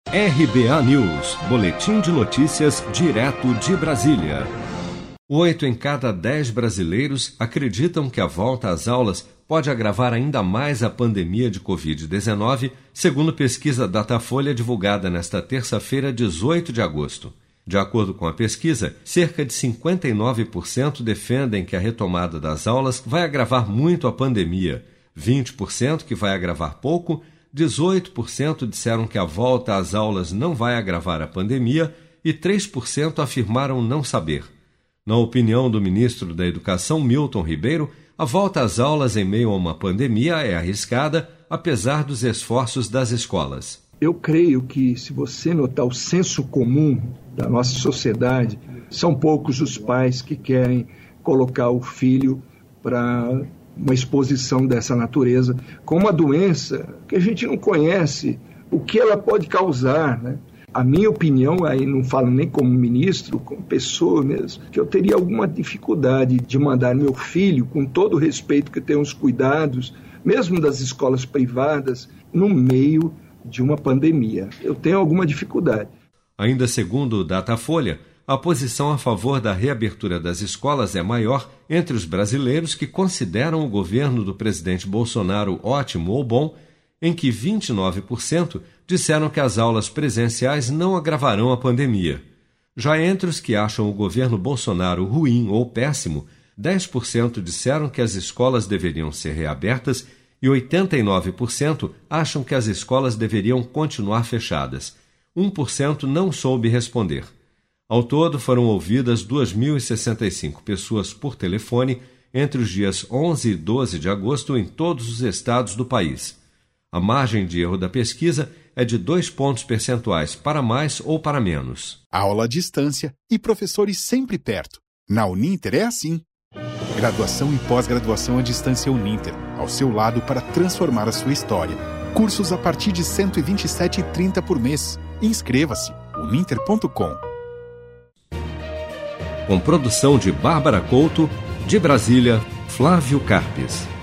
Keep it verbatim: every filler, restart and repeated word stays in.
R B A News, boletim de notícias direto de Brasília. Oito em cada dez brasileiros acreditam que a volta às aulas pode agravar ainda mais a pandemia de covid dezenove, segundo pesquisa Datafolha divulgada nesta terça-feira, dezoito de agosto. De acordo com a pesquisa, cerca de cinquenta e nove por cento defendem que a retomada das aulas vai agravar muito a pandemia, vinte por cento que vai agravar pouco, dezoito por cento disseram que a volta às aulas não vai agravar a pandemia e três por cento afirmaram não saber. Na opinião do ministro da Educação, Milton Ribeiro, a volta às aulas em meio a uma pandemia é arriscada, apesar dos esforços das escolas. Eu creio que, se você notar o senso comum da nossa sociedade, são poucos os pais que querem colocar o filho para uma exposição dessa natureza, com uma doença que a gente não conhece, o que ela pode causar, né? A minha opinião, aí não falo nem como ministro, como pessoa mesmo, que eu teria alguma dificuldade de mandar meu filho, com todo o respeito que tem os cuidados, mesmo das escolas privadas, no meio de uma pandemia. Eu tenho alguma dificuldade. Ainda segundo o Datafolha, a posição a favor da reabertura das escolas é maior entre os brasileiros que consideram o governo do presidente Bolsonaro ótimo ou bom, em que vinte e nove por cento disseram que as aulas presenciais não agravarão a pandemia. Já entre os que acham o governo Bolsonaro ruim ou péssimo, dez por cento disseram que as escolas deveriam ser reabertas e oitenta e nove por cento acham que as escolas deveriam continuar fechadas. um por cento não soube responder. Ao todo, foram ouvidas duas mil e sessenta e cinco pessoas por telefone entre os dias onze e doze de agosto em todos os estados do país. A margem de erro da pesquisa é de dois pontos percentuais para mais ou para menos. Aula à distância e professores sempre perto. Na Uninter é assim. Graduação e pós-graduação à distância Uninter, ao seu lado para transformar a sua história. Cursos a partir de cento e vinte e sete reais e trinta centavos por mês. Inscreva-se. uninter ponto com. Com produção de Bárbara Couto, de Brasília, Flávio Carpes.